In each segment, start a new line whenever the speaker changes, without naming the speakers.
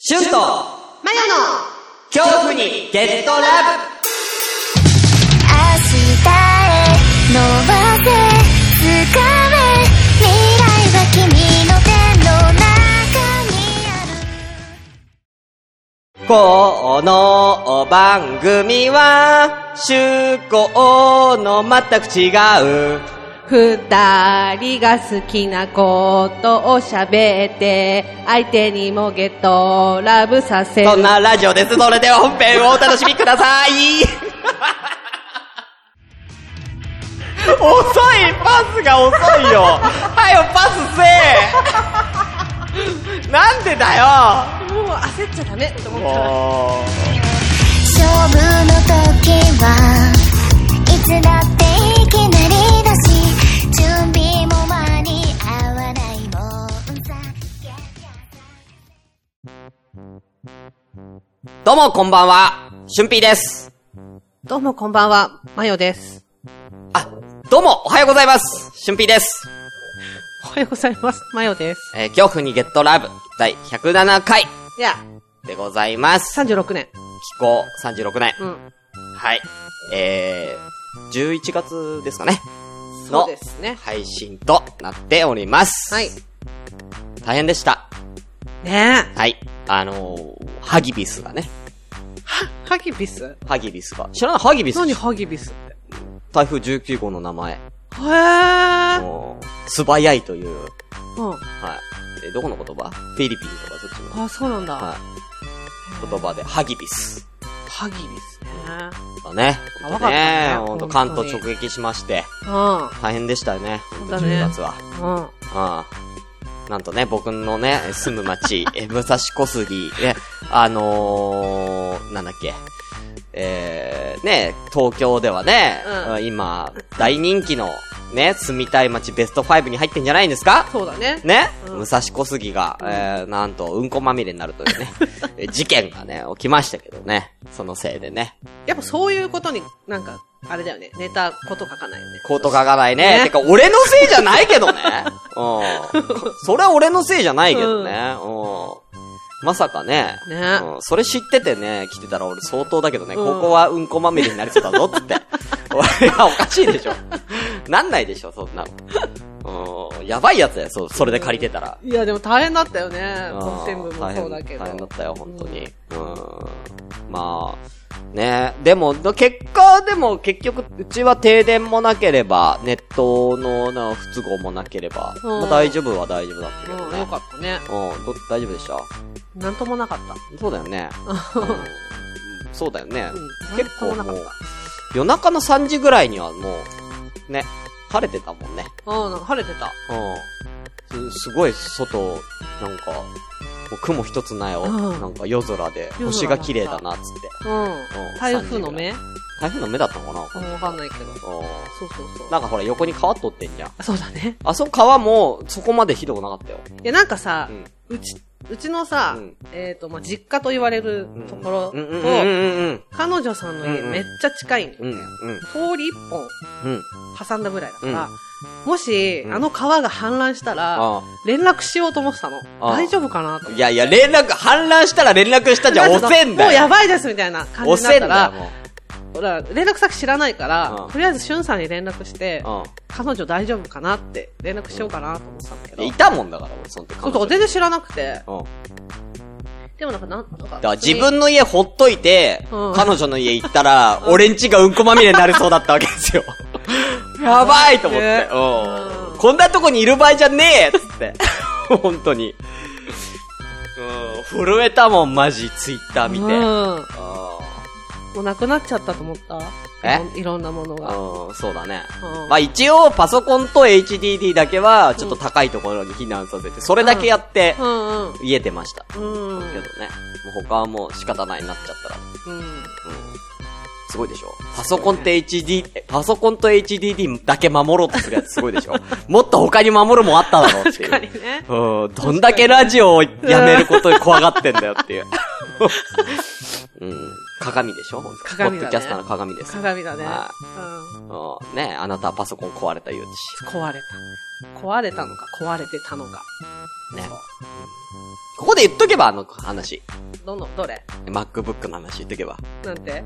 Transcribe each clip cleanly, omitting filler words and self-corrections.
シュンとマヨの恐怖にゲットラブ。
明日へ伸ばせ掴め未来は君の手の中にある。
この番組は趣向の全く違う
二人が好きなことを喋って相手にもゲットラブさせる、
そんなラジオです。それでは本編をお楽しみください。遅い、パスが遅いよ。はよパスせえ。なんでだよ。
もう焦っちゃダメと思ったら
勝負の時はいつだっていきなりだし準備も間に合わないもんさ。
どうもこんばんは、しゅんぴーです。
どうもこんばんは、マヨです。
あ、どうもおはようございます、しゅんぴーです。
おはようございます、マヨです。
恐怖にゲットラブ第107回
いや
でございます。
36年
気候36年、はい、11月ですかね
そうですね、
配信となっております。
はい、
大変でした
ね
え。はい、ハギビスがね、
ハギビス
ハギビスが知らない。ハギビス、
何ハギビスって
台風19号の名前。
へー、
素早いという、
うん、
はい、どこの言葉？フィリピンとかそっちの。
あ、そうなんだ、
はい、言葉でハギビス。
ハギビスね。
だね。
わかったね。
ほんと関東直撃しまして、大変でしたよね。ほんと10月は。なんとね、僕のね、住む町、武蔵小杉で、なんだっけ、ね、東京ではね、今、大人気の、ね、住みたい街ベスト5に入ってんじゃないんですか？
そうだね。
ね、武蔵小杉が、なんと、うんこまみれになるというね、事件がね、起きましたけどね、そのせいでね。
やっぱそういうことになんか、あれだよね、ネタこと書かないよね。
こと書かないね。てか、俺のせいじゃないけどね。それは俺のせいじゃないけどね。まさかね。それ知っててね、来てたら俺相当だけどね、ここはうんこまみれになりそうだぞ、つって。いや、おかしいでしょ。なんないでしょ、そんなの。やばいやつだよ、それで借りてたら。
いや、でも大変だったよね。全部もそうだけど。
大変だったよ、本当に。まあ、ね、でも、結果、でも結局、うちは停電もなければ、ネットの不都合もなければ、まあ大丈夫は大丈夫だったけどね。
よかったね。
大丈夫でした？
なんともなかった。
そうだよね。そうだよね。結構もう、夜中の3時ぐらいにはもう、ね、晴れてたもんね。
晴れてた。
すごい外、なんか、もう雲一つないよ。なんか夜空で、星が綺麗だな、つって。
台風の目？
台風の目だったのかな？
わかんないけど。そう。
なんかほら、横に川通ってんじゃん。
そうだね。
あそこ川も、そこまでひどくなかったよ。
いや、なんかさ、うちのさ、まあ、実家と言われるところと、彼女さんの家めっちゃ近いんだよ。通り一本、挟んだぐらいだから、もし、あの川が氾濫したら、連絡しようと思ってたの。大丈夫かなと。
いや、氾濫したら連絡したじゃん、押せんだよ。
もうやばいですみたいな感じになったら、
ほ
ら、連絡先知らないから、とりあえずしゅんさんに連絡して、彼女大丈夫かなって連絡しようかなと思ってたんだけど。
いたもんだから、俺、その時。
そう、全然知らなくて。でもなんかだから
自分の家ほっといて、彼女の家行ったら、俺んちがうんこまみれになりそうだったわけですよ。やばいと思って。こんなとこにいる場合じゃねえつって。本当に。震えたもん、マジ、ツイッター見て。
もうなくなっちゃったと思った？いろんなものが。
そうだね。まあ一応パソコンと HDD だけはちょっと高いところに避難させて、それだけやって家出ました。けどね。もう他はもう仕方ないなっちゃったら。 すごいでしょ。パソコンと HDD だけ守ろうとするやつすごいでしょ。もっと他に守るもんあっただろうっていう。
確かにね。
どんだけラジオをやめることに怖がってんだよっていう。鏡でしょ。
鏡だね。
ポッドキャスターの鏡です。
鏡だね。
ね、あなたはパソコン壊れたようですし。
壊れたのか、壊れてたのか。
ね。ここで言っとけば話。
どれ
?MacBook の話言っとけば。
なんて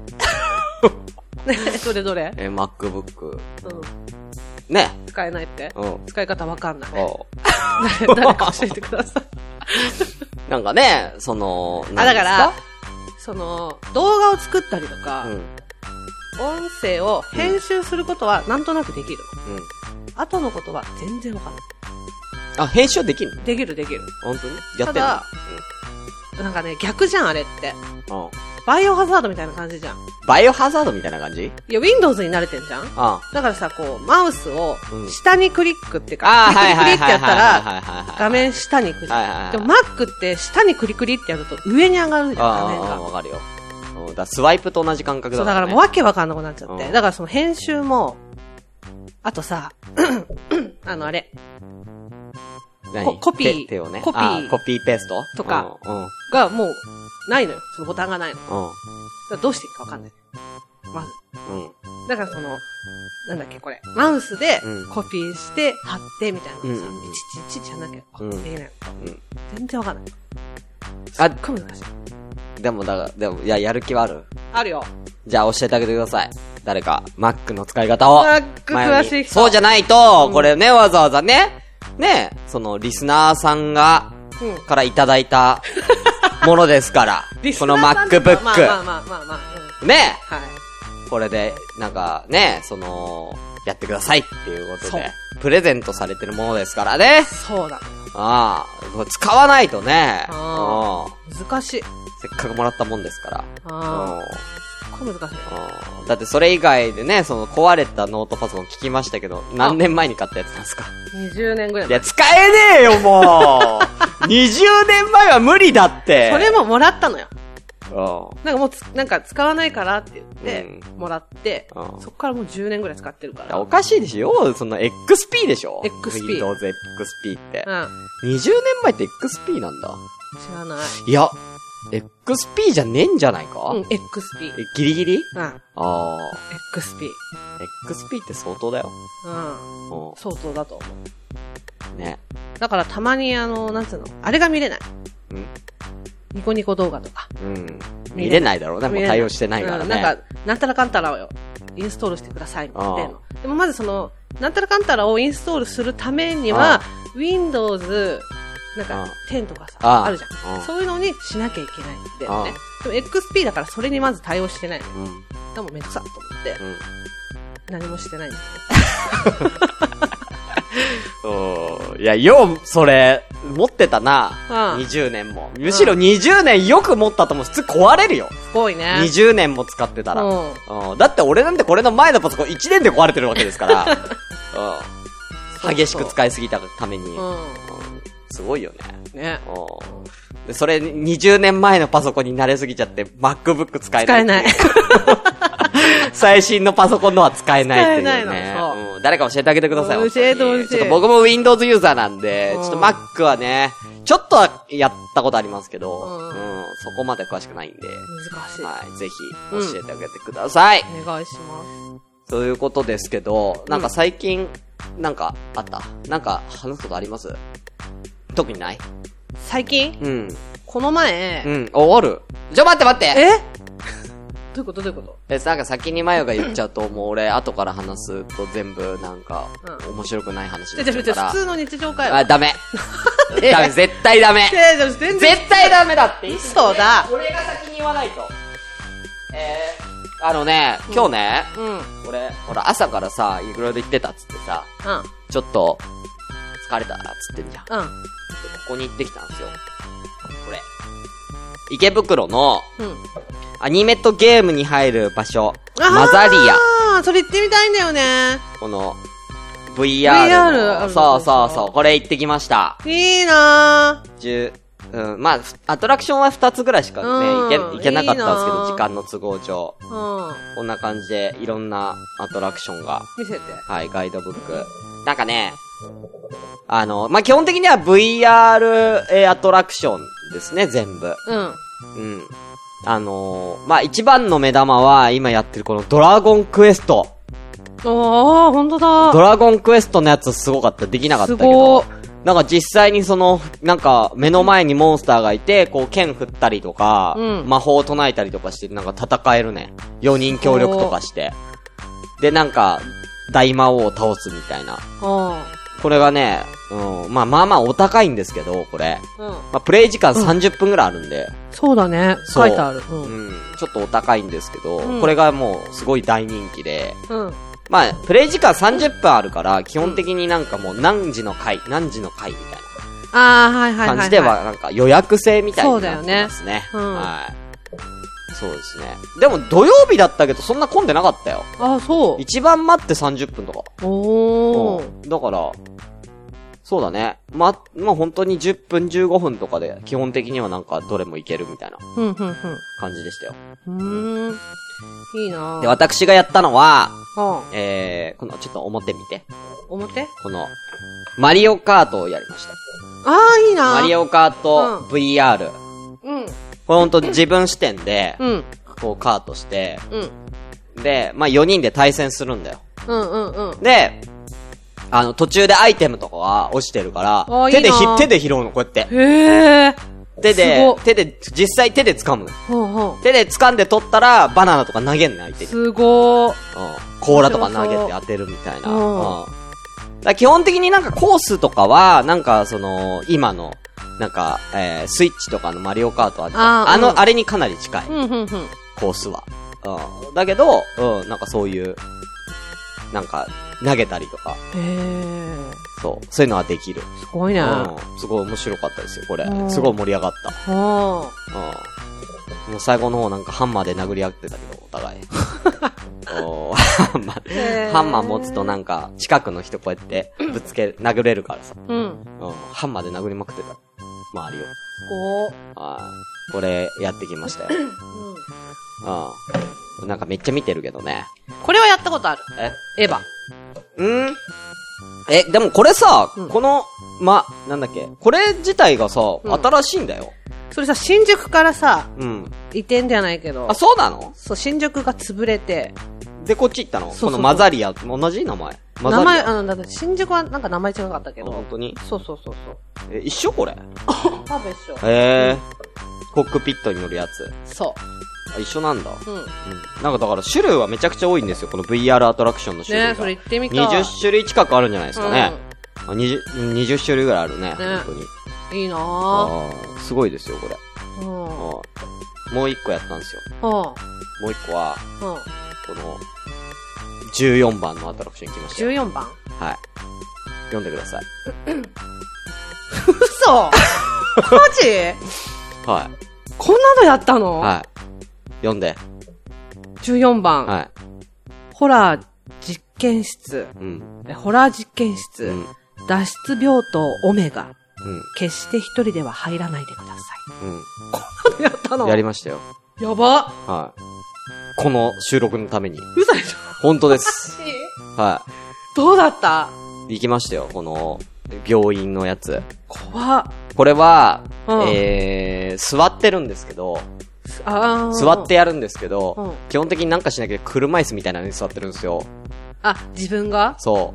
どれ
?MacBook。ね。
使えないって、使い方わかんない。誰か教えてください。
なんかね、
だから、動画を作ったりとか、音声を編集することはなんとなくできるの。後のことは全然わかんない。
あ、編集できるの？
できる。
本当にやってんの？
なんかね、逆じゃん、あれって。バイオハザードみたいな感じじゃん。
バイオハザードみたいな感じ？
いや、Windows に慣れてんじゃん？だからさ、マウスを下にクリックっていうか、クリクリってやったら、画面下にクリック。でも Mac って下にクリクリってやると上に上がるじゃん、画面が。
わかるよ。だスワイプと同じ感覚だね。
そう、だからもうわけわかんなくなっちゃって。だから編集も、あとさ、あれ。コピー、
手をね。
コピー
ペースト
とかがもうないのよ。そのボタンがないの。だからどうしていいかわかんない。まず。だからなんだっけこれ。マウスでコピーして貼ってみたいなのさ、いちいちやんなきゃできない。全然わかんない。すっごい難しい。
でも、やる気はある？
あるよ。
じゃあ教えてあげてください。誰か、Mac の使い方を。
Mac 詳しい人。
そうじゃないと、これね、わざわざね、リスナーさんからいただいたものですから。この MacBook。
まあ。
ね。
はい。
これで、なんかね、やってくださいっていうことで、プレゼントされてるものですからね。
そうだ。
使わないとね。
難しい。
せっかくもらったもんですから。
すっごい難しい。
だってそれ以外でね、壊れたノートパソコン聞きましたけど、何年前に買ったやつなんですか
？20年ぐらい。
いや、使えねえよ、もう20年前は無理だって。
それももらったのよ。なんかもうなんか使わないからって言って、もらって、そっからもう10年ぐらい使ってるから。
おかしいでしょXP でしょ
?XP。
Windows XP って。20年前って XP なんだ。
知らない。
いや、XP じゃねえんじゃないか
XP。
ギリギリ
XP。
XP って相当だよ。
相当だと思
う。ね。
だからたまになんつうの、あれが見れない。ニコニコ動画とか。
見れないだろうね。もう対応してないからね。
なんたらかんたらをインストールしてくださいみたいな。でもまずなんたらかんたらをインストールするためには、Windows、なんか、10とかさ、あるじゃん。そういうのにしなきゃいけないんだよね。でも XP だからそれにまず対応してないの。でもめんどくさと思って、何もしてないんです
よ。いや、それ、持ってたな。20年も。むしろ20年よく持ったとも普通壊れるよ。
すごいね。
20年も使ってたら。だって俺なんてこれの前のパソコン1年で壊れてるわけですから。激しく使いすぎたために。すごいよね。で、それ20年前のパソコンに慣れすぎちゃって、MacBook 使えない。
使えない。
最新のパソコンのは使えないっていうね。使えないの。誰か教えてあげてください。
教えてほしい。
ちょっと僕も Windows ユーザーなんで、ちょっと Mac はね、ちょっとはやったことありますけど、そこまで詳しくないんで。
難しい。
はい、ぜひ教えてあげてください。
お願いします。
ということですけど、なんか最近、なんかあった？なんか話すことあります？特にない？
最近？この前。
ある。待って
どういうこと
なんか先にマヨが言っちゃうと、もう俺後から話すと全部なんか、面白くない話になっちゃうから。
普通の日常会話。
ダメ。絶対ダメ。絶対ダメだって。
そうだ。
俺が先に言わないと。今日ね、俺、ほら朝からさ、いろいろ言ってたっつってさ、ちょっと、疲れたっつってんじゃん。ここに行ってきたんですよ。これ。池袋の、アニメとゲームに入る場所、マザリア。
それ行ってみたいんだよね。
この、VR の。そう。これ行ってきました。
いいなぁ。
うん、まあ、アトラクションは2つぐらいしかね、行けなかったんですけど、時間の都合上。こんな感じで、いろんなアトラクションが。
見せて。
はい、ガイドブック。なんかね、まあ、基本的には VR アトラクションですね、全部。うん。まあ、一番の目玉は、今やってるこのドラゴンクエスト。
ほんとだ。
ドラゴンクエストのやつすごかった。できなかったけど。なんか実際になんか目の前にモンスターがいて、こう剣振ったりとか、魔法を唱えたりとかして、なんか戦えるね。4人協力とかして。で、なんか、大魔王を倒すみたいな。これがね、まあお高いんですけど、これ。まあプレイ時間30分ぐらいあるんで。
そうだね。書いてある。
ちょっとお高いんですけど、これがもうすごい大人気で。まあ、プレイ時間30分あるから、基本的になんかもう何時の回みたいな。感じでは、なんか予約制みたいになってますね。はい。そうですね。でも土曜日だったけど、そんな混んでなかったよ。
そう。
一番待って30分とか。だから、そうだね。まあ本当に10分15分とかで、基本的にはなんかどれもいけるみたいな。感じでしたよ。
いいなぁ。
で、私がやったのは、この、ちょっと表見て。
表？
この、マリオカートをやりました。
いいなぁ。
マリオカート VR。これほんと自分視点で、こうカートして、で、まあ4人で対戦するんだよ。で、途中でアイテムとかは落ちてるから、手で拾うの、こうやって。実際手で掴む。手で掴んで取ったら、バナナとか投げんね、相手に。
すごー。
甲羅とか投げて当てるみたいな。だ基本的になんかコースとかは、なんか今の、なんか、スイッチとかのマリオカートあれにかなり近い。コースは。だけど、なんかそういう、なんか、投げたりとか。そういうのはできる。
すごいね。
すごい面白かったですよ、これ。すごい盛り上がった。もう最後の方なんかハンマーで殴り合ってたけど、お互い。ハンマー持つとなんか、近くの人こうやって殴れるからさ。ハンマーで殴りまくってた。周りを。これやってきましたよ。なんかめっちゃ見てるけどね。
これはやったことある。エヴァ。
でもこれさ、この、なんだっけ、これ自体がさ、新しいんだよ。
それさ、新宿からさ、移転じゃないけど。
そうなの？
そう、新宿が潰れて。
で、こっち行ったの？このマザリア、同じ名前？
名前、だって新宿はなんか名前違かったけど。
本当に？
そう。
一緒これ？
多分一緒。
コックピットに乗るやつ。
そう。
一緒なんだ。なんかだから種類はめちゃくちゃ多いんですよ、この VR アトラクションの種類が。
ね、それ行ってみたい。
20種類近くあるんじゃないですかね。20種類ぐらいあるね、本
当に。いいなぁ。
すごいですよ、これ。もう一個やったんですよ。もう一個は、この、14番のアトラクション行きました。
14番？
はい。読んでください。
嘘マジ？
はい。
こんなのやったの？
はい。読んで。
14番。
はい。
ホラー実験室。ホラー実験室。脱出病棟オメガ。決して一人では入らないでください。こんなのやったの？
やりましたよ。
やば。
はい。この収録のために。
嘘でしょ？
本当です。はい。
どうだった？
行きましたよ、この、病院のやつ。
怖っ。
これは、座ってるんですけど、座ってやるんですけど、基本的になんかしなきゃ車椅子みたいなのに座ってるんですよ。
自分が？
そう。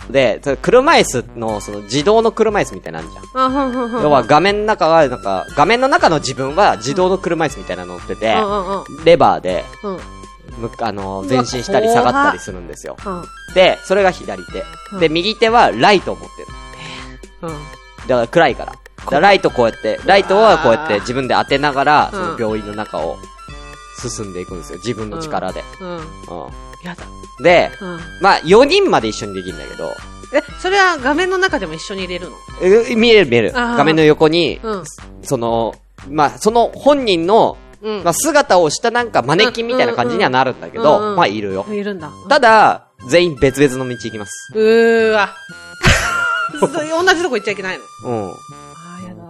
で、車椅子の、自動の車椅子みたいなのあるじゃん。要は画面の中は、なんか、画面の中の自分は自動の車椅子みたいなの乗ってて、レバーで、前進したり下がったりするんですよ。で、それが左手。で、右手はライトを持ってる。だから暗いから。ライトはこうやって自分で当てながら、その病院の中を進んでいくんですよ。自分の力で。
やだ。
で、4人まで一緒にできるんだけど。
それは画面の中でも一緒に入れるの？
見える。画面の横に、その本人の、姿をしたなんかマネキンみたいな感じにはなるんだけど、いるよ。
いるんだ。
ただ、全員別々の道行きます。
同じとこ行っちゃいけないの？
や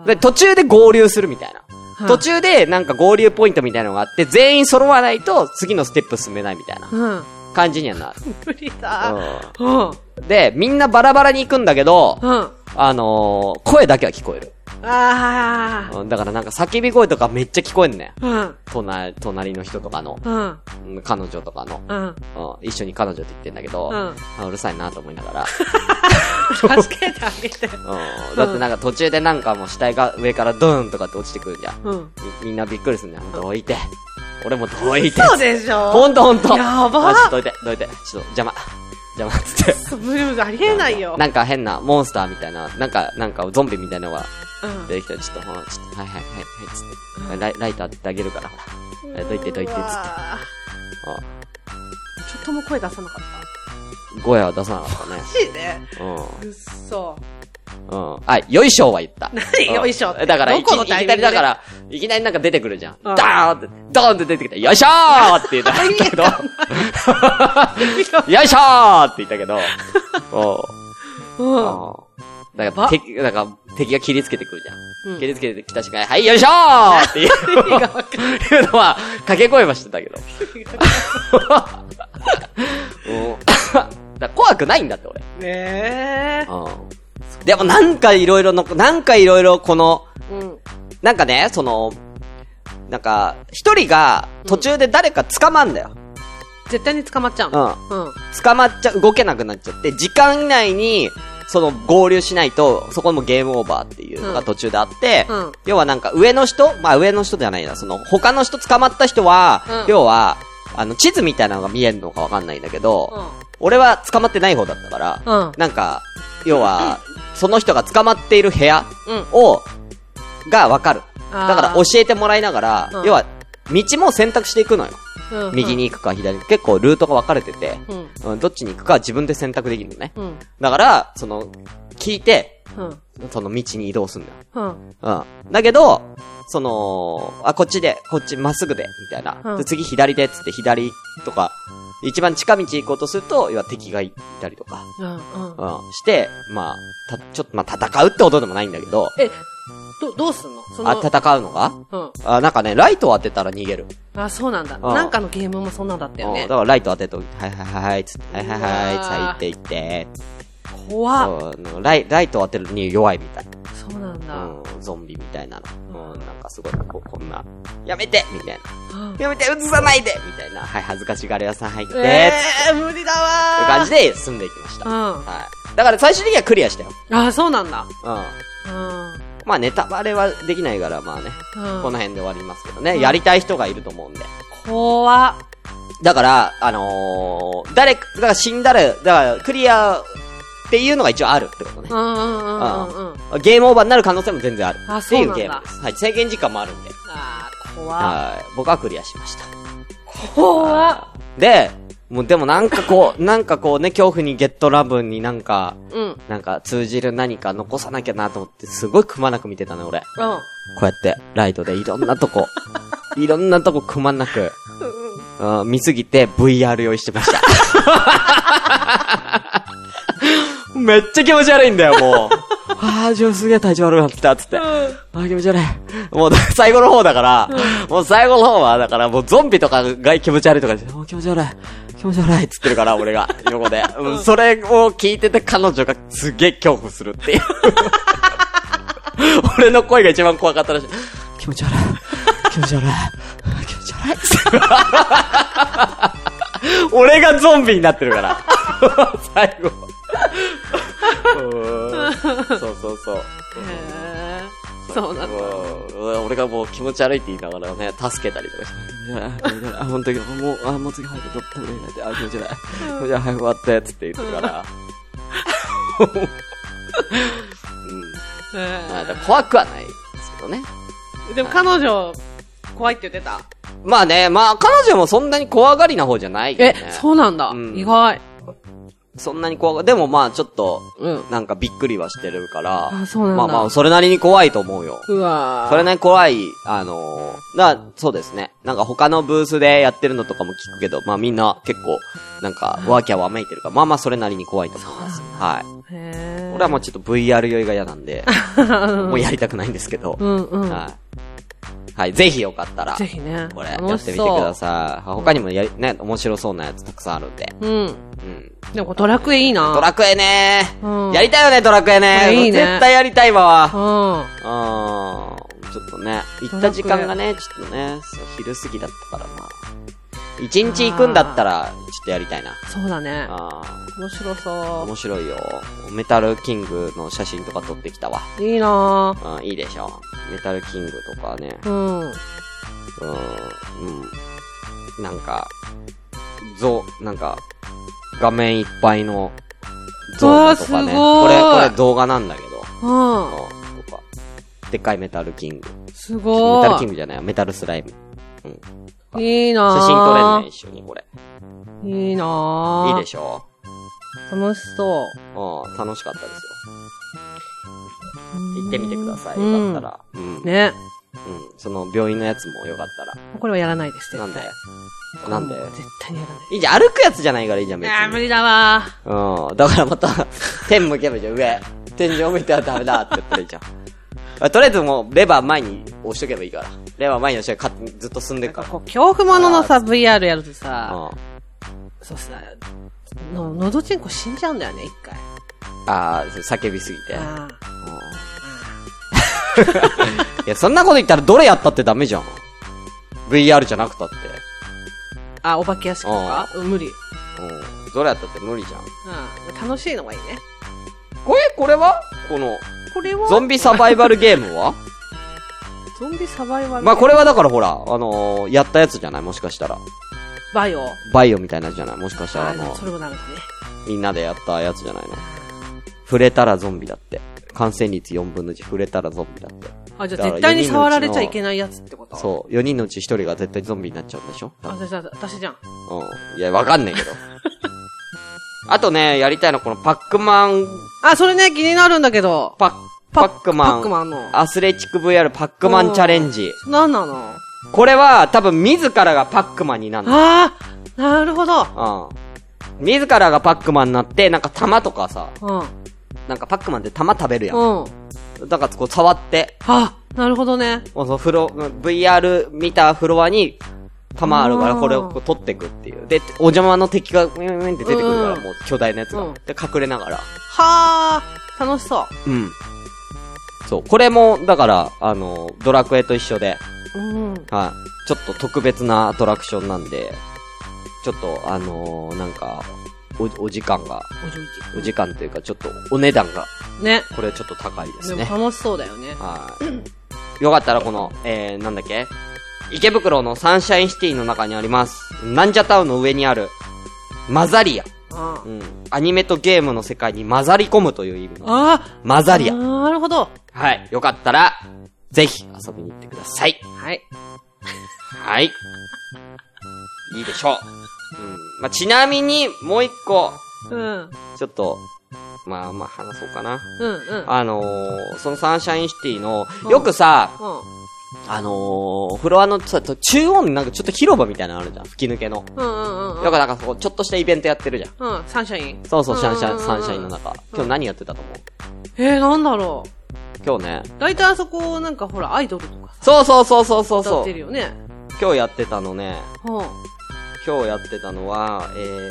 で、途中で合流するみたいな。途中でなんか合流ポイントみたいなのがあって、全員揃わないと次のステップ進めないみたいな感じにはなる。
無理だ。
で、みんなバラバラに行くんだけど、声だけは聞こえる。だからなんか叫び声とかめっちゃ聞こえんね。隣の人とかの、彼女とかの、一緒に彼女って言ってんだけど、うるさいなと思いながら。
助けてあげて。
だってなんか途中でなんかもう死体が上からドーンとかって落ちてくるじゃん。みんなびっくりするんだよ。どいて。俺もどいて。
そうでしょ。
ほんと。
やば
ちょっとどいて。ちょっと邪魔っつって。
無理ありえないよ。
なんか変なモンスターみたいな、なんかゾンビみたいなのが出てきたら、ちょっと、はい、つって。ライト当ててあげるから、ほら。どいて、つって。ちょ
っとも声出さなかった。
声は出さなかったね。
マジで？うっそ。
よいしょは言った。
何よいしょって。
だから、いきなりだから、いきなりなんか出てくるじゃん。ドーンって出てきて、よいしょーって言ったけど、よいしょーって言ったけど、だから敵が切りつけてくるじゃん。切りつけてきた瞬間、はい、よいしょーっていうのは、掛け声はしてたけど。怖くないんだって、俺。でもなんかいろいろこの、なんかね、なんか、一人が途中で誰か捕まんだよ。
絶対に捕まっちゃうの。
捕まっちゃう、動けなくなっちゃって、時間以内に、合流しないと、そこもゲームオーバーっていうのが途中であって、要はなんか上の人じゃないな、他の人捕まった人は、要は、地図みたいなのが見えるのかわかんないんだけど、俺は捕まってない方だったから、なんか、要は、その人が捕まっている部屋がわかる。だから教えてもらいながら、要は、道も選択していくのよ。右に行くか左に行くか、結構ルートが分かれてて、どっちに行くかは自分で選択できるのね。だから、聞いて、その道に移動するんだよ。だけど、こっちまっすぐで、みたいな。で、次左で、つって左とか、一番近道行こうとすると、要は敵がいたりとか、して、ちょっと戦うってことでもないんだけど、
どうすんの
戦うのがなんかね、ライトを当てたら逃げる。
そうなんだ。なんかのゲームもそんなんだったよね。
だからライト当てると、はい、つって、はい、行って。
怖っ。
ライトを当てるに弱いみたい。
そうなんだ。
ゾンビみたいなの。なんかすごい、こんな、やめてみたいな。やめて、映さないでみたいな。はい、恥ずかしがり屋さん入って。
無理だわ
ー。いう感じで進んでいきました。はい。だから最終的にはクリアしたよ。
そうなんだ。
ネタバレはできないから、この辺で終わりますけどね。やりたい人がいると思うんで。
怖っ。
だから、だから死んだら、だからクリアっていうのが一応あるってことね。ゲームオーバーになる可能性も全然ある。っていうゲームです。はい。制限時間もあるんで。
怖っ。
はい。僕はクリアしました。
怖っ。
でもなんかね、恐怖にゲットラブになんか通じる何か残さなきゃなと思って、すごいくまなく見てたね、俺。こうやって、ライトでいろんなとこくまなく、見すぎて VR 用意してました。めっちゃ気持ち悪いんだよ、もう。すげえ体調悪くなってきた、つって。気持ち悪い。もう最後の方だから、もう最後の方は、だからもうゾンビとかが気持ち悪いとかで、気持ち悪い、つってるから、俺が、横で。それを聞いてて彼女がすげえ恐怖するっていう。俺の声が一番怖かったらしい。気持ち悪い。俺がゾンビになってるから。最後。そう。
そうなんだ。
俺がもう気持ち悪いって言いながらね、助けたりとかして。本当に、もう次早くどっかで寝て、気持ち悪い。じゃあ早く終わって、つって言ってるから。怖くはないですけどね。
でも彼女、怖いって言ってた。
彼女もそんなに怖がりな方じゃないけどね。
そうなんだ。意外。
そんなに怖が、でもちょっと、なんかびっくりはしてるから、
そうなんだ。
それなりに怖いと思うよ。
うわー。
それなりに怖い、そうですね。なんか他のブースでやってるのとかも聞くけど、みんな結構、なんか、ワーキャーわめいてるから、それなりに怖いと思います。はい。 これはもうちょっと VR 酔いが嫌なんで、もうやりたくないんですけど。はい。ぜひよかったら。
ぜひね。
これ、やってみてください。他にもね、面白そうなやつたくさんあるんで。
でもドラクエいいな。
ドラクエねやりたいよね、ドラクエね。
いいね。
絶対やりたいわ。ちょっとね、行った時間がね、ちょっとね、昼過ぎだったからな。一日行くんだったら、ちょっとやりたいな。
そうだね。面白そう。
面白いよ。メタルキングの写真とか撮ってきたわ。
いいなぁ。
いいでしょ。メタルキングとかね。なんか、なんか、画面いっぱいの像とかね。これ動画なんだけど。とか。でっかいメタルキング。
すごい。
メタルキングじゃないよ。メタルスライム。
いいなぁ。
写真撮れんね、一緒にこれ。
いいなぁ。
いいでしょ。
楽しそう。
楽しかったですよ。行ってみてください。よかったら。
ね。
その病院のやつもよかったら。
これはやらないです。
なんで
絶対にやらない。
いいじゃん、歩くやつじゃないからいいじゃん、別に。
無理だわ。
だからまた、天向けばいいじゃん、上。天井向いてはダメだって言ったらいいじゃん。とりあえずもう、レバー前に押しとけばいいから。レバー前に押して、ずっと進んでるから。
恐怖物のさ、VR やるとさ、そうさ、のどちんこ死んじゃうんだよね、一回。
叫びすぎて。いや、そんなこと言ったらどれやったってダメじゃん。VR じゃなくたって。
お化け屋敷とか無理。
どれやったって無理じゃん。
楽しいのがいいね。
これは
これは
ゾンビサバイバルゲームは
ゾンビサバイバルゲーム。
まあこれはだからほら、やったやつじゃないもしかしたら。バイオみたいなやつじゃないもしかしたら
それもダメだね。
みんなでやったやつじゃないの。触れたらゾンビだって。感染率4分の1触れたらゾンビだって。
じゃあ絶対に触られちゃいけないやつってこと？
そう。4人のうち1人が絶対ゾンビになっちゃうんでしょ？
私じゃん。
いや、わかんないけど。あとね、やりたいのこのパックマン。
それね、気になるんだけど。
パックマンの。アスレチック VR パックマンチャレンジ。
何なの？
これは多分自らがパックマンになるの。
なるほど。
自らがパックマンになって、なんか弾とかさ。なんかパックマンって弾食べるやん。だからこう触って。
なるほどね。
VR 見たフロアに弾あるからこれをこう取っていくっていう。で、お邪魔の敵がウィンウィンって出てくるからもう巨大なやつが。で、隠れながら。
楽しそう。
そう。これも、だから、ドラクエと一緒で。ちょっと特別なアトラクションなんで、ちょっと、なんか、お時間が、お時間というか、ちょっと、お値段が、ね。これちょっと高いですね。
でも楽しそうだよね。
よかったらこの、なんだっけ池袋のサンシャインシティの中にあります。ナンジャタウンの上にある、マザリア。アニメとゲームの世界に混ざり込むという意味の。マザリア。
なるほど。
はい。よかったら、ぜひ遊びに行ってください。はい。いいでしょう。まあ、ちなみに、もう一個。ちょっと、まあ話そうかな。そのサンシャインシティの、よくさ、フロアのさ、中央になんかちょっと広場みたいなのあるじゃん。吹き抜けの。だからなんかちょっとしたイベントやってるじゃん。
サンシャイン？
そうそう、サンシャインの中。今日何やってたと思う？
なんだろう。
今日ね。
だいたいあそこ、なんかほら、アイドルとか
さ。そう。
歌ってるよね。
今日やってたのね。今日やってたのは、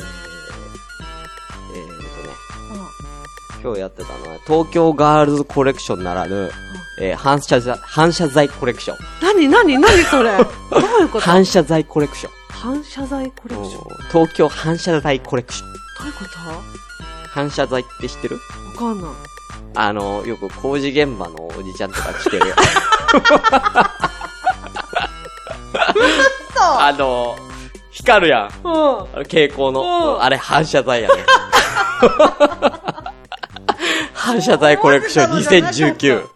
今日やってたのは、東京ガールズコレクションならぬ、反射材コレクション。
何それどういうこと？
反射材コレクション。
反射材コレクション。
東京反射材コレクション。
どういうこと？
反射材って知ってる？
わかんない。
よく工事現場のおじちゃんとか着てるよ。光るやん。蛍光の。あれ反射材やね。反射材コレクション2019。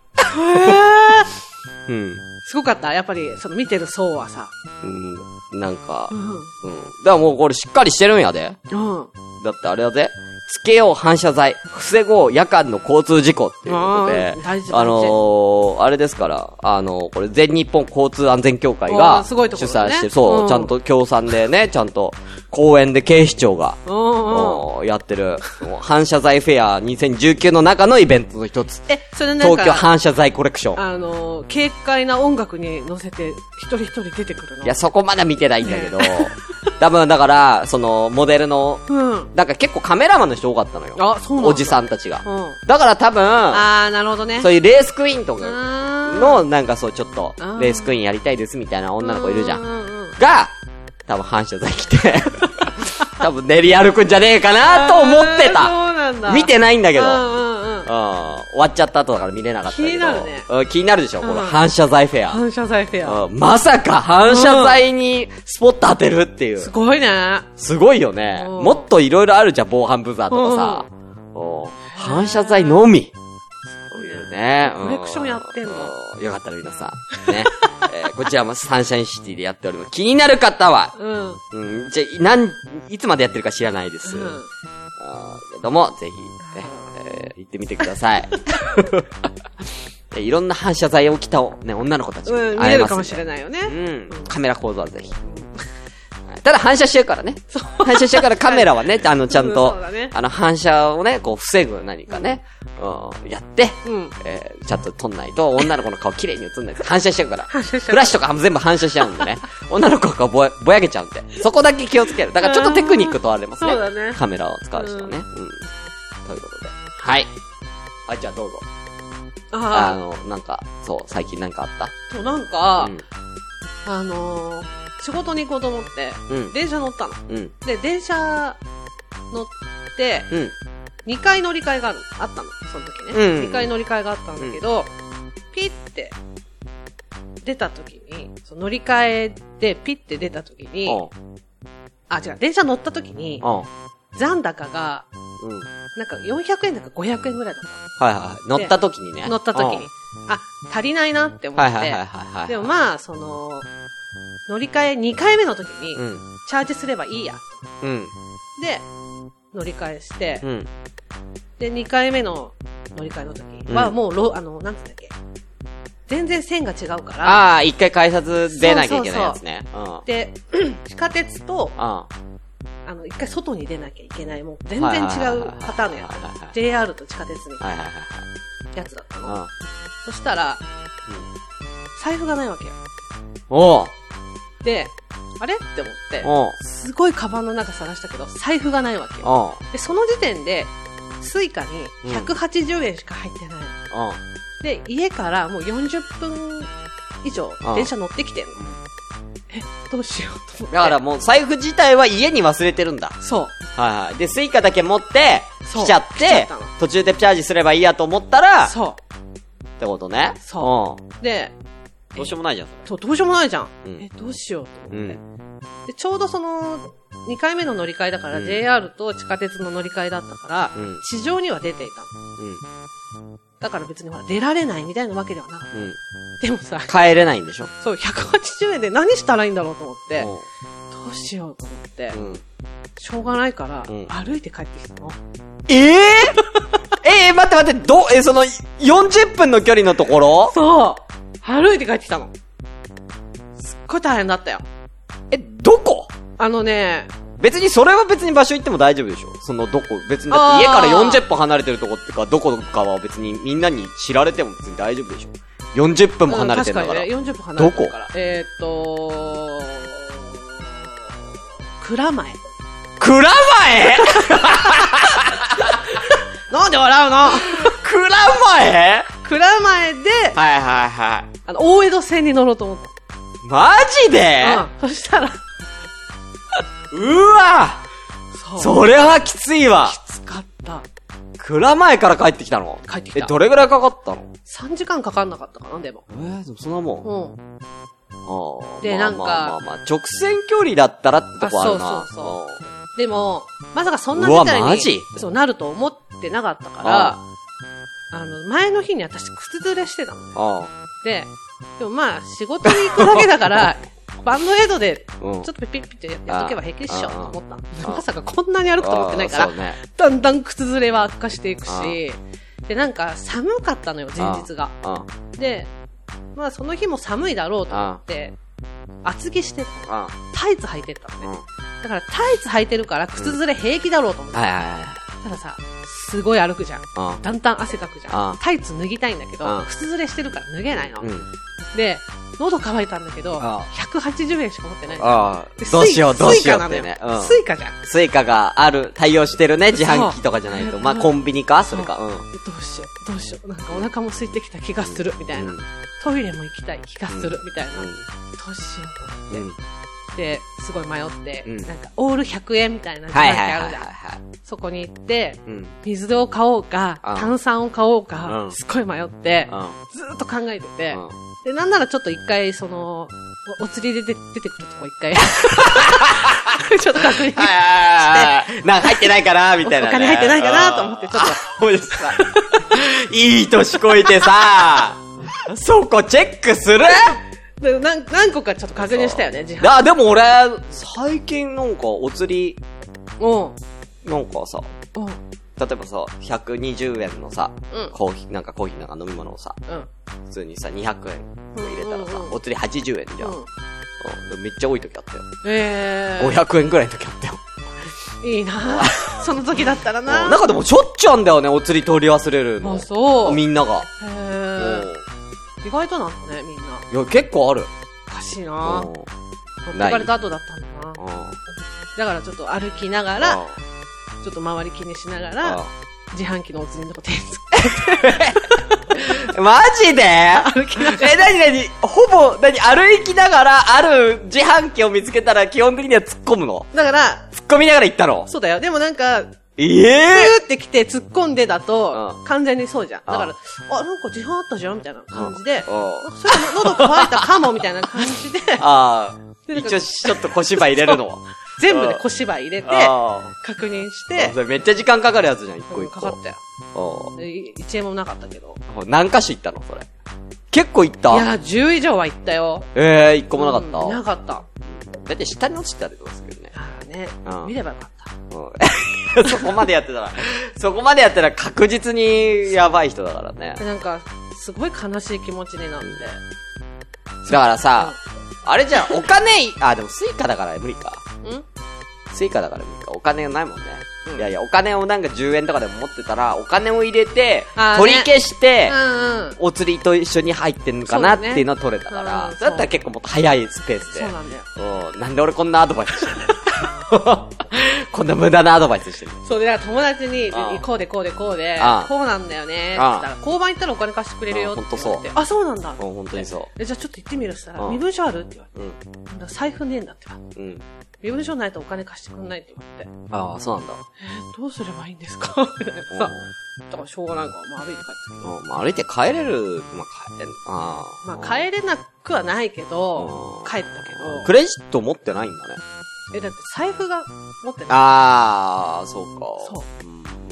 すごかったやっぱり、見てる層はさ。
なんか、だからもうこれしっかりしてるんやで。だってあれだぜ。 つけよう反射材、防ごう夜間の交通事故っていうことで、あれですから、これ全日本交通安全協会が主催して、そう、ちゃんと協賛でね、ちゃんと公園で警視庁が、やってる、反射材フェア2019の中のイベントの一つ。
それなんか
東京反射材コレクション。
軽快な音楽に乗せて、一人一人出てくるの。
いや、そこまだ見てないんだけど、多分だから、モデルの、なんか結構カメラマンの人多かったのよ。
あ、そうなんだ。
おじさんたちが。だから多分、
なるほどね。
そういうレースクイーンとかの、なんかそうちょっと、レースクイーンやりたいですみたいな女の子いるじゃん。が、多分反射材着て、多分練り歩くんじゃねえかなと思ってた。
そうなんだ。
見てないんだけど。終わっちゃった後だから見れなかったけど。気になるね。気になるでしょ、この反射材フェア。
反射材フェア。
まさか反射材にスポット当てるっていう。
すごいね。
すごいよね。もっといろいろあるじゃん、防犯ブザーとかさ。反射材のみ。そういうね。
コレクションやってんの。
よかったら皆さん。ね。こちらもサンシャインシティでやっております。気になる方は、じゃあ、いつまでやってるか知らないです。けども、ぜひ、ね、行ってみてください。いろんな反射材を着た、ね、女の子たちが会えます、
見れるかもしれないよね。
カメラ構造はぜひ。ただ反射しちゃうからね。反射しちゃうからカメラはね、ちゃんと、反射をね、こう防ぐ何かね、やって、ちゃんと撮んないと女の子の顔綺麗に映んないです。反射しちゃうから。フラッシュとか全部反射しちゃうんでね。女の子がぼやけちゃうんで。そこだけ気をつける。だからちょっとテクニック問われますね。そうだね。カメラを使う人はね。ということで。はい。はい、じゃあどうぞ。なんか、そう、最近なんかあった？
そう、なんか、仕事に行こうと思って、電車乗ったの。で、電車乗って、2回乗り換えがあったの。その時ね。2回乗り換えがあったんだけど、ピッて出た時に、乗り換えでピッて出た時に、違う、電車乗った時に、残高が、なんか400円だか500円ぐらいだった。
はいはい。乗った時にね。
乗った時に。足りないなって思って。でもまあ、乗り換え2回目の時に、チャージすればいいや。で、乗り換えして、で、2回目の乗り換えの時は、もう、なんつうんだっけ。全然線が違うから。
1回改札出なきゃいけないやつね。
で、地下鉄と、一回外に出なきゃいけない、もう全然違うパターンのやつ。JR と地下鉄みたいなやつだったの。そしたら、財布がないわけよ。で、あれって思って、すごいカバンの中探したけど、財布がないわけよ。で、その時点で、スイカに180円しか入ってないの。で、家からもう40分以上、電車乗ってきてんの。どうしようと思って。
だからもう財布自体は家に忘れてるんだ。
そう。
はいはい。で、スイカだけ持って、来ちゃって、途中でチャージすればいいやと思ったら、
そう。
ってことね。
そう。で、
どうしようもないじゃん。
そう、どうしようもないじゃん。どうしようと思って。で、ちょうど2回目の乗り換えだから、JR と地下鉄の乗り換えだったから、地上には出ていたの。だから別にほら、出られないみたいなわけではなかった。でもさ、
帰れないんでしょ？
そう、180円で何したらいいんだろうと思って、どうしようと思って、しょうがないから、歩いて帰ってきたの。
待って、40分の距離のところ？
そう。歩いて帰ってきたの。すっごい大変だったよ。
どこ？
別
にそれは別に場所行っても大丈夫でしょ？別にだって家から40分離れてるとこってか、どこかは別にみんなに知られても別に大丈夫でしょ？ 40 分も離れてるんだから。
確かにね、40分離れてるから。蔵前。
蔵前
なんで笑うの？
蔵前？
蔵前で、大江戸線に乗ろうと思った。
マジで？
そしたら、
うわ！それはきついわ。
きつかった。
蔵前から帰ってきたの？
帰ってきた。
どれぐらいかかったの？
3 時間かかんなかったかな、でも。
でもそんなも
ん。で、なんか、
直線距離だったらってとこあるな。
そう。でも、まさかそんなみたいに、そうなると思ってなかったから、前の日に私靴ずれしてたのね。でもまあ、仕事に行くだけだから、 バンドエイドで、ちょっとピッピッピッってやっとけば平気でしょと思ったの。まさかこんなに歩くと思ってないから、だんだん靴ずれは悪化していくし、で、なんか寒かったのよ、前日が。で、まあその日も寒いだろうと思って、厚着してタイツ履いてったのね。だからタイツ履いてるから靴ずれ平気だろうと思って。たださ、すごい歩くじゃん。だんだん汗かくじゃん。タイツ脱ぎたいんだけど、靴ずれしてるから脱げないの。で、喉乾いたんだけど、180円しか持ってない。
どうしようってね。
スイカじゃん。
スイカが対応してるね、自販機とかじゃないと。まあ、コンビニかそれか。
どうしよう。なんかお腹も空いてきた気がする、みたいな。トイレも行きたい気がする、みたいな。どうしようと思って。で、すごい迷って、なんか、オール100円みたいな自販機あるじゃん。そこに行って、水を買おうか、炭酸を買おうか、すごい迷って、ずーっと考えてて、で、なんならちょっと一回、お釣りで出てくるとこ一回、ちょっと確認して。
なんか入ってないかなみたいな。
お金入ってないかなと思って、ちょっと。
そうですさ。いい年こいてさ、そこチェックする？
で何個かちょっと確認したよね、自販機。
でも俺、最近なんかお釣り、なんかさ、例えばさ、120円のさ、コーヒーなんか飲み物をさ、普通にさ、200円入れたらさ、お釣り80円じゃん。めっちゃ多い時あったよ。500円くらいの時あったよ。
いいなぁ。その時だったらな。
なんかでもしょっちゅうあんだよね、お釣り取り忘れるの。
あ、そう。
みんなが。
意外となんだね、みんな。
いや、結構ある。
おかしいなぁ。持ってかれた後だったんだな。だからちょっと歩きながら、ちょっと周り気にしながら、自販機のお釣りのとこ手つ
けマジで歩きながら。ほぼ、歩きながらある自販機を見つけたら基本的には突っ込むの？
だから、
突っ込みながら行ったの？
そうだよ。でもなんか、ピューって来て突っ込んでだと、完全にそうじゃん。だから、なんか自販あったじゃんみたいな感じで、それ喉乾いたかもみたいな感じで、
一応ちょっと小芝居入れるの。
全部で小芝居入れて、確認して。
それめっちゃ時間かかるやつじゃん、一個一個。
かかったよ。1円もなかったけど。
何箇所行ったのそれ。結構行った？
いや、10以上は行ったよ。
1個もなかった？
なかった。
だって下に落ちたらどうするよね。
見ればよかった。
そこまでやってたら確実にやばい人だからね。
なんか、すごい悲しい気持ちになって。
だからさ、あれじゃん、お金、でもスイカだから無理か。スイカだから無理か。お金がないもんね。いやいや、お金をなんか10円とかでも持ってたら、お金を入れて、取り消して、お釣りと一緒に入ってんのかなっていうのは取れたから、そうだったら結構もっと早いスペースで。
そうなんだよ。
なんで俺こんなアドバイスしてんのこんな無駄なアドバイスしてる。
そうで、だから友達に、こうで、こうなんだよね。って言ったら、交番行ったらお金貸してくれるよって言って。あ、そうなんだ。
本当にそう。
じゃあちょっと行ってみるって言ったら、身分証あるって言われて。財布ねえんだって言われて。身分証ないとお金貸してくんないって言われて。
そうなんだ。
どうすればいいんですかみたいなさ。だからしょうがないから、歩いて帰ってき
た。歩いて帰れる、
帰れなくはないけど、帰ったけど。
クレジット持ってないんだね。
だって財布が持ってない。
そうか。そう。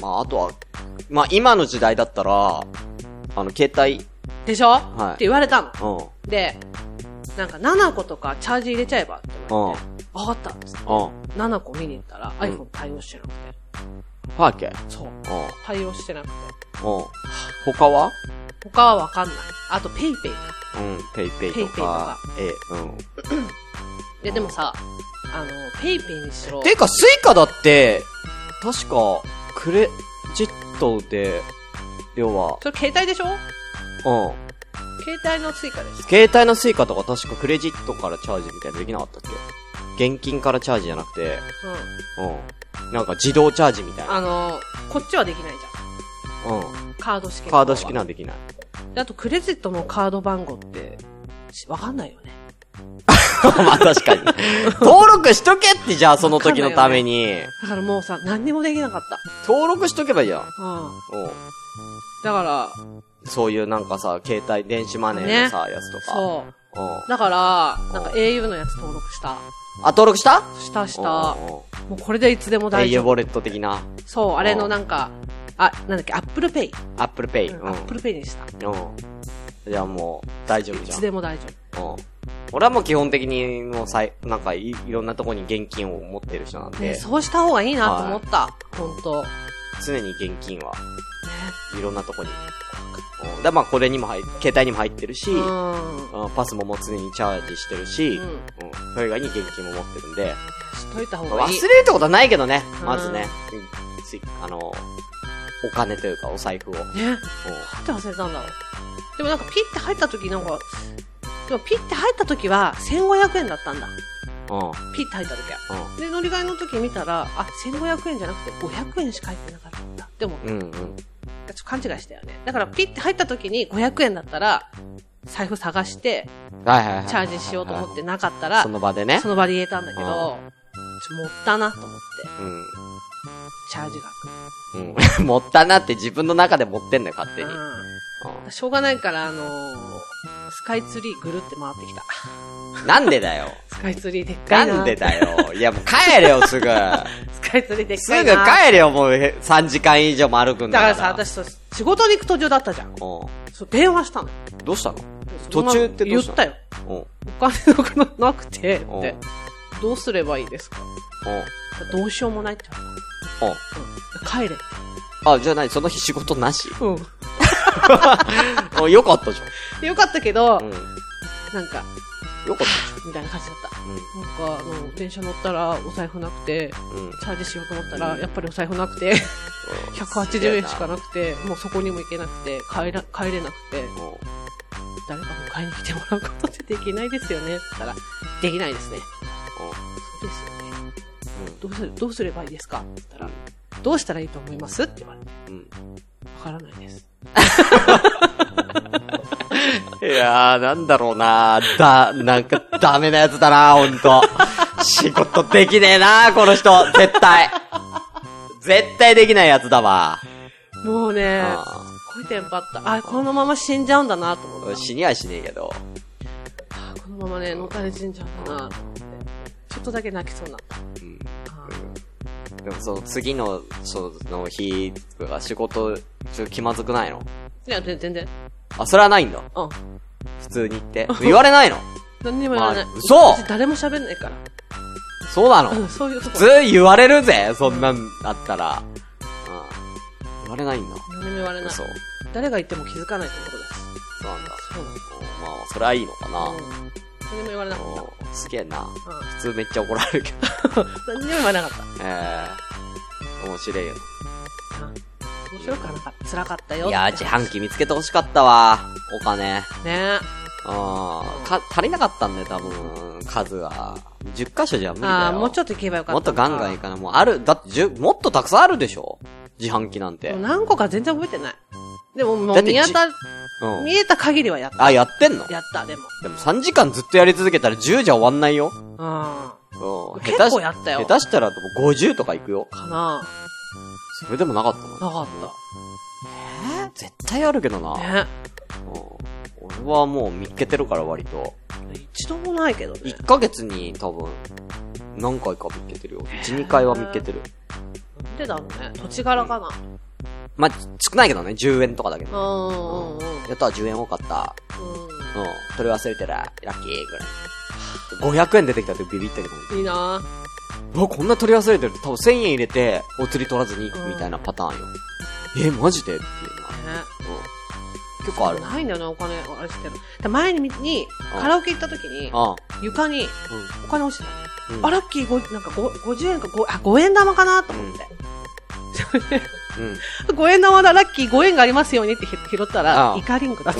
あとは、今の時代だったら、携帯。
でしょって言われたの。で、なんか7個とかチャージ入れちゃえばって言われて、わかったっつって、7個見に行ったら iPhone 対応してなくて。
パーケ？
そう。対応してなくて。
他は
わかんない。あと、ペイペイか。
ペイペイとか。
でもさ、ペイペイにしろ。
てか、スイカだって、確か、クレジットで、要は。
それ携帯でしょ？携帯のスイカです。
携帯のスイカとか確かクレジットからチャージみたいなのできなかったっけ？現金からチャージじゃなくて、なんか自動チャージみたいな。
こっちはできないじゃん。カード式。
カード式なんできない。
あと、クレジットのカード番号って、わかんないよね。
確かに。登録しとけってじゃあその時のために。
だからもうさ、何にもできなかった。
登録しとけばいいやん。
だから、
そういうなんかさ、携帯電子マネーのさ、やつとか。
そう。だから、なんか au のやつ登録した。
登録した？
した。もうこれでいつでも大丈夫。
au ウォレット的な。
そう、あれのなんか、なんだっけ、Apple Pay。
Apple Pay。
Apple Pay にした。
じゃあもう、大丈夫じゃん。
いつでも大丈夫。
俺はもう基本的にもうなんかいろんなとこに現金を持ってる人なんで。
ね、そうした方がいいなと思った。ほんと。
常に現金は、いろんなとこに。で、まあこれにも携帯にも入ってるし、パスももう常にチャージしてるし、それ以外に現金も持ってるんで。
しといた方がいい。
忘れるってことはないけどね、まずね。お金というかお財布を。ね。
なんで忘れたんだろう。でもなんかピッて入った時なんか、でもピッて入った時は1500円だったんだ。ピッて入った時は。で、乗り換えの時見たら、1500円じゃなくて500円しか入ってなかったんだって思った。ちょっと勘違いしたよね。だからピッて入った時に500円だったら、財布探して、チャージしようと思ってなかったら、
その場でね。
その場で入れたんだけど、もったなと思って。チャージ
額。持ったなって自分の中で持ってんのよ、勝手に。
しょうがないから、スカイツリーぐるって回ってきた。
なんでだよ。
スカイツリーでっかいな。
なんでだよ。いや、もう帰れよ、すぐ。
スカイツリーでっかいな。
すぐ帰れよ、もう3時間以上も歩くんだから。
だからさ、私仕事に行く途中だったじゃん。そう電話したの。
どうしたの？途中ってどうしたの？
言ったよ。お金なくて、って。どうすればいいですか？どうしようもないって言われた。帰れ。
じゃあ何？その日仕事なし？よかったじゃ
ん。よかったけど、なんか、
よかった
みたいな感じだった。なんか、電車乗ったらお財布なくて、チャージしようと思ったら、やっぱりお財布なくて、180円しかなくて、もうそこにも行けなくて、帰れなくて、誰か迎えに来てもらうことってできないですよねって言ったら、できないですね。そうですよね。どうすればいいですかって言ったら、どうしたらいいと思いますって言われて。わからないです。
いやー、なんだろうななんかダメなやつだなほんと。仕事できねえなこの人。絶対できないやつだわ。
もうね、すごいテンパった。このまま死んじゃうんだなと思った。
死にはしねえけど。
このままね、のたれ死んじゃうんだなと思って。ちょっとだけ泣きそうになった。
でもその次の、その日が仕事、ちょっと気まずくないの？
いや、全然。
それはないんだ。普通に言って。言われないの？
何にも言われない。
嘘！
私誰も喋んないから。
そうなの？
そういうとこ。
普通言われるぜ、そんなんあったら。言われないんだ。
何にも言われない。誰が言っても気づかないってことです。
そうなんだ。まあ、それはいいのかな。
何にも言われなかった。
すげえな。普通めっちゃ怒られるけ
ど。何にも言われなかった。
面白いよ。
面白くなかった。辛かったよ。
いや、自販機見つけてほしかったわ。お金。
ね
足りなかったんだよ、多分。数は。10箇所じゃ無理だよ。
もうちょっと行けばよかった。
もっとガンガンいかない。もうだってもっとたくさんあるでしょ？自販機なんて。
何個か全然覚えてない。でももう見えた限りはやった。
やってんの？
やった、でも
3時間ずっとやり続けたら10じゃ終わんないよ。
結構やったよ。
下手したら50とか行くよ。
かな。
それでもなかったの？
なかった。
絶対あるけどな。
ね。
俺はもう見っけてるから割と。
一度もないけどね。
1ヶ月に多分、何回か見っけてるよ。1、2回は見っけてる。
なんでだろうね。土地柄かな。
まあ、少ないけどね。10円とかだけど。やったら10円多かった。取り忘れてら、ラッキーぐらい。500円出てきたってビビったけど。
いいな
ぁ。こんな取り忘れてる。多分1000円入れて、お釣り取らずに行くみたいなパターンよ。マジでっていうの。結構ある。
ないんだよな、お金、あれしてる。前に、カラオケ行った時に、床に、お金落ちてた。ラッキー、なんか50円か、5円玉かなと思って。5円玉だ、ラッキー5円がありますようにって拾ったら、イカリングだった。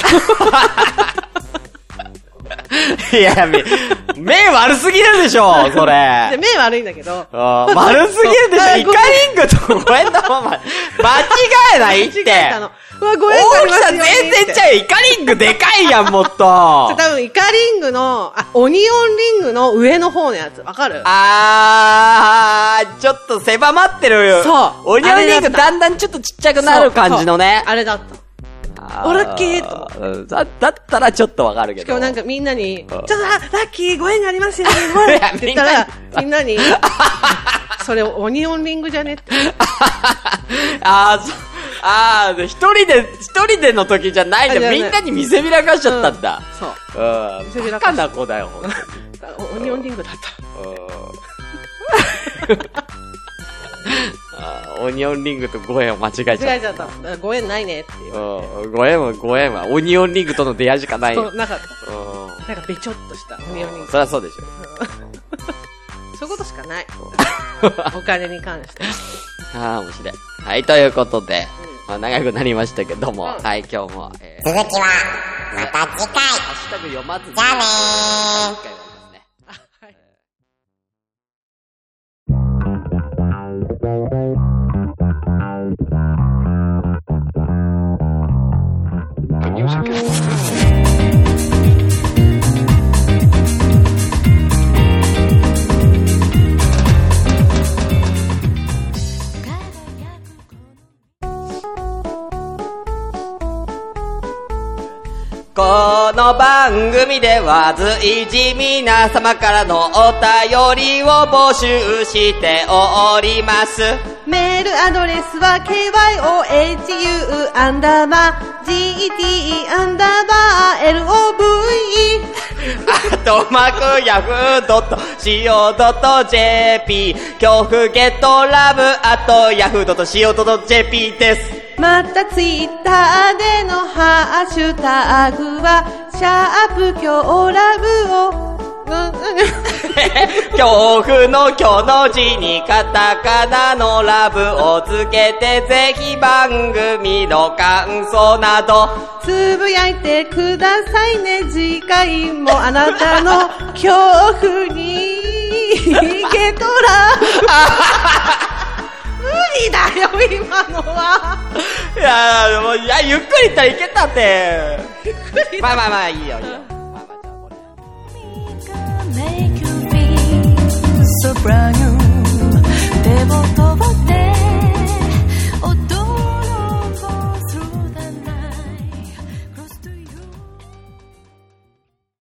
いや、目悪すぎるでしょ、それ。
目悪いんだけど。
丸すぎるでしょ、イカリングと5円玉間違えないって。
間違えたの。5円
大きさ全然ちゃうよ。イカリングでかいやん、もっと。
多分イカリングの、オニオンリングの上の方のやつ。わかる？
ちょっと狭まってるよ。
そう。
オニオンリングだんだんちょっとちっちゃくなる感じのね。
あれだった。ラッキーと思って。
だったらちょっとわかるけど。
しかもなんかみんなに、ちょっとラッキー5円がありますよね、って言ったら、みんなに、それオニオンリングじゃねって。
一人での時じゃないじゃん。みんなに見せびらかしちゃったんだ。
そう。
見せびらかしな子だよ、ほんとに。
オニオンリングだった。
オニオンリングとご縁を間違えちゃった。
間違えちゃった。ご縁ないねっていう。
ご縁は、オニオンリングとの出会いしかない。
そう、なかった。なんかべちょっとしたオニオンリング。
そりゃそうでしょ。
そういうことしかない。お金に関して。
面白い。はい、ということで、長くなりましたけども、はい、今日も、
続きは、また次回。
ハッシュタグ読まずに。
じゃあねー。
この番組では随時皆様からのお便りを募集しております。
メールアドレスは kyohu_yahoo.co.jp 恐怖ゲットラブ@yahoo.co.jp です。またツイッターでのハッシュタグは#ラブを恐怖の恐の字にカタカナのラブをつけてぜひ番組の感想などつぶやいてくださいね。次回もあなたの恐怖に逃げとら無理だよ今のは。いやゆっくり言ったらいけたって。ゆっくりまあいいよ。